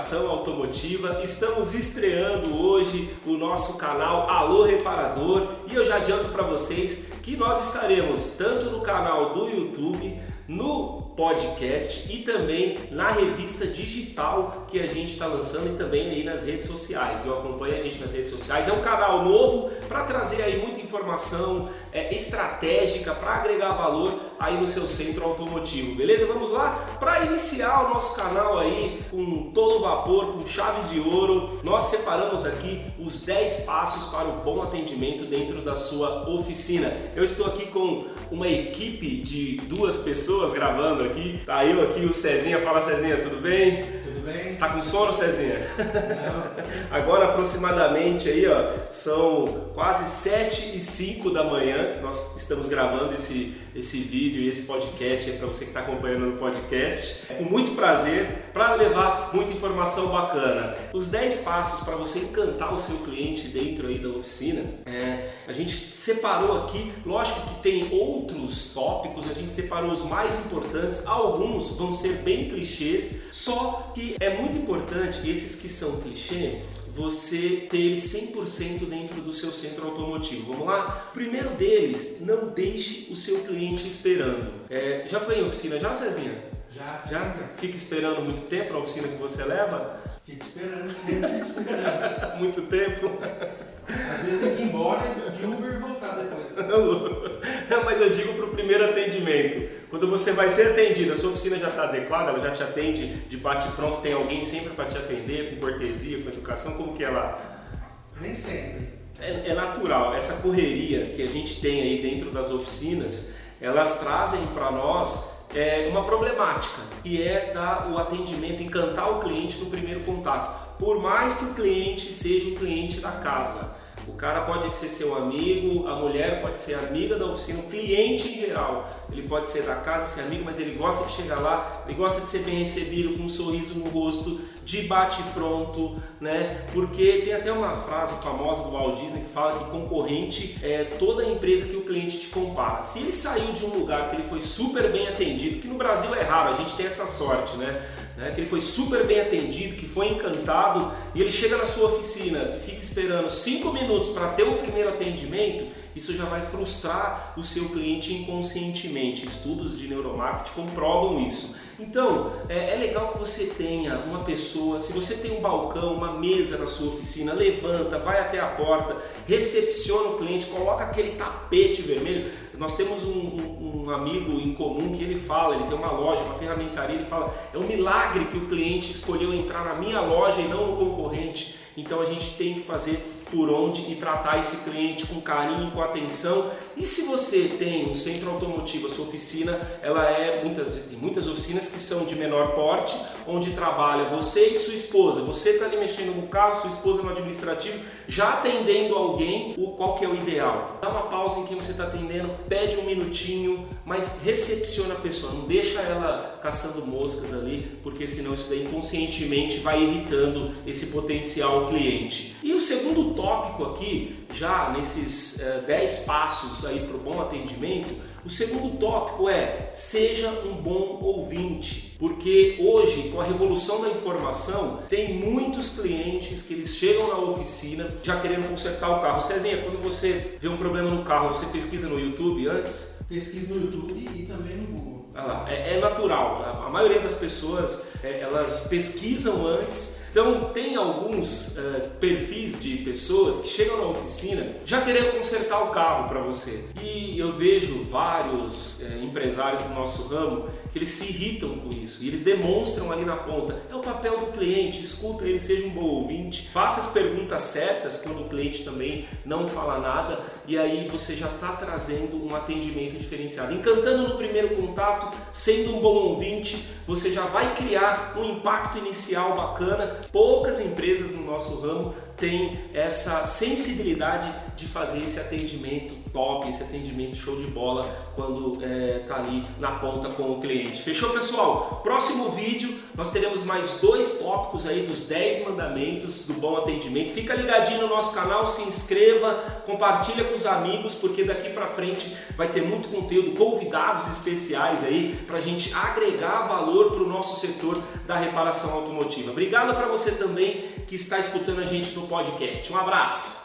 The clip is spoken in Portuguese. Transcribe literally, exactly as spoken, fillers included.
educação automotiva. Estamos estreando hoje o nosso canal Alô Reparador e eu já adianto para vocês que nós estaremos tanto no canal do YouTube, no podcast e também na revista digital que a gente está lançando e também aí nas redes sociais. Eu acompanho a gente nas redes sociais. É um canal novo para trazer aí muita informação é, estratégica para agregar valor aí no seu centro automotivo, beleza? Vamos lá? Para iniciar o nosso canal aí com todo vapor, com chave de ouro, nós separamos aqui os dez passos para o bom atendimento dentro da sua oficina. Eu estou aqui com uma equipe de duas pessoas gravando aqui. Tá eu aqui, o Cezinha. Fala, Cezinha, tudo bem? Tudo bem. Tá com sono, Cezinha? Não. Agora aproximadamente aí, ó, são quase sete e cinco da manhã que nós estamos gravando esse, esse vídeo e esse podcast para você que está acompanhando no podcast. É com muito prazer para levar muita informação bacana. Os dez passos para você encantar o seu cliente dentro aí da oficina, é, a gente separou aqui, lógico que tem outros tópicos, a gente separou os mais importantes, alguns vão ser bem clichês, só que é muito importante, esses que são clichê, você ter eles cem por cento dentro do seu centro automotivo. Vamos lá? Primeiro deles, não deixe o seu cliente esperando. É, já foi em oficina já, Cezinha? Já, sim. Já? Fica esperando muito tempo na oficina que você leva? Fico esperando, sempre fico esperando. Muito tempo? Às vezes tem que ir embora de Uber e voltar depois. Mas eu digo para o primeiro atendimento. Quando você vai ser atendido, a sua oficina já está adequada, ela já te atende de bate-pronto, tem alguém sempre para te atender, com cortesia, com educação, como que ela... Nem sempre. É, é natural, essa correria que a gente tem aí dentro das oficinas, elas trazem para nós é, uma problemática, que é dar o atendimento, encantar o cliente no primeiro contato. Por mais que o cliente seja um cliente da casa, o cara pode ser seu amigo, a mulher pode ser amiga da oficina, o cliente em geral, ele pode ser da casa, ser amigo, mas ele gosta de chegar lá, ele gosta de ser bem recebido, com um sorriso no rosto, de bate-pronto, né? Porque tem até uma frase famosa do Walt Disney que fala que concorrente é toda empresa que o cliente te compara. Se ele saiu de um lugar que ele foi super bem atendido, que no Brasil é raro, a gente tem essa sorte, né? Né, que ele foi super bem atendido, que foi encantado e ele chega na sua oficina e fica esperando cinco minutos para ter o primeiro atendimento, isso já vai frustrar o seu cliente inconscientemente. Estudos de neuromarketing comprovam isso. Então, é, é legal que você tenha uma pessoa, se você tem um balcão, uma mesa na sua oficina, levanta, vai até a porta, recepciona o cliente, coloca aquele tapete vermelho. Nós temos um, um, um amigo em comum que ele fala, ele tem uma loja, uma ferramentaria, ele fala, é um milagre que o cliente escolheu entrar na minha loja e não no concorrente. Então a gente tem que fazer por onde e tratar esse cliente com carinho, com atenção. E se você tem um centro automotivo, a sua oficina, ela é, muitas, tem muitas oficinas que são de menor porte, onde trabalha você e sua esposa. Você está ali mexendo no carro, sua esposa no administrativo, já atendendo alguém, o, qual que é o ideal? Dá uma pausa em quem você está atendendo, pede um minutinho, mas recepciona a pessoa, não deixa ela caçando moscas ali, porque senão isso daí inconscientemente vai irritando esse potencial cliente. E o segundo tópico aqui, já nesses uh, dez passos aí para o bom atendimento, o segundo tópico é: seja um bom ouvinte. Porque hoje, com a revolução da informação, tem muitos clientes que eles chegam na oficina já querendo consertar o carro. Cezinha, quando você vê um problema no carro, você pesquisa no YouTube antes? Pesquisa no YouTube e também no Google. Ah lá, é, é natural, a, a maioria das pessoas é, elas pesquisam antes. Então tem alguns uh, perfis de pessoas que chegam na oficina já querendo consertar o carro para você. E eu vejo vários uh, empresários do nosso ramo que eles se irritam com isso. E eles demonstram ali na ponta. É o papel do cliente, escuta ele, seja um bom ouvinte. Faça as perguntas certas quando o cliente também não fala nada. E aí você já está trazendo um atendimento diferenciado. Encantando no primeiro contato, sendo um bom ouvinte, você já vai criar um impacto inicial bacana. Poucas empresas no nosso ramo tem essa sensibilidade de fazer esse atendimento top, esse atendimento show de bola quando está é, ali na ponta com o cliente. Fechou, pessoal? Próximo vídeo nós teremos mais dois tópicos aí dos dez mandamentos do bom atendimento. Fica ligadinho no nosso canal, se inscreva, compartilha com os amigos, porque daqui para frente vai ter muito conteúdo, convidados especiais aí para a gente agregar valor para o nosso setor da reparação automotiva. Obrigado para você também que está escutando a gente no podcast. Um abraço!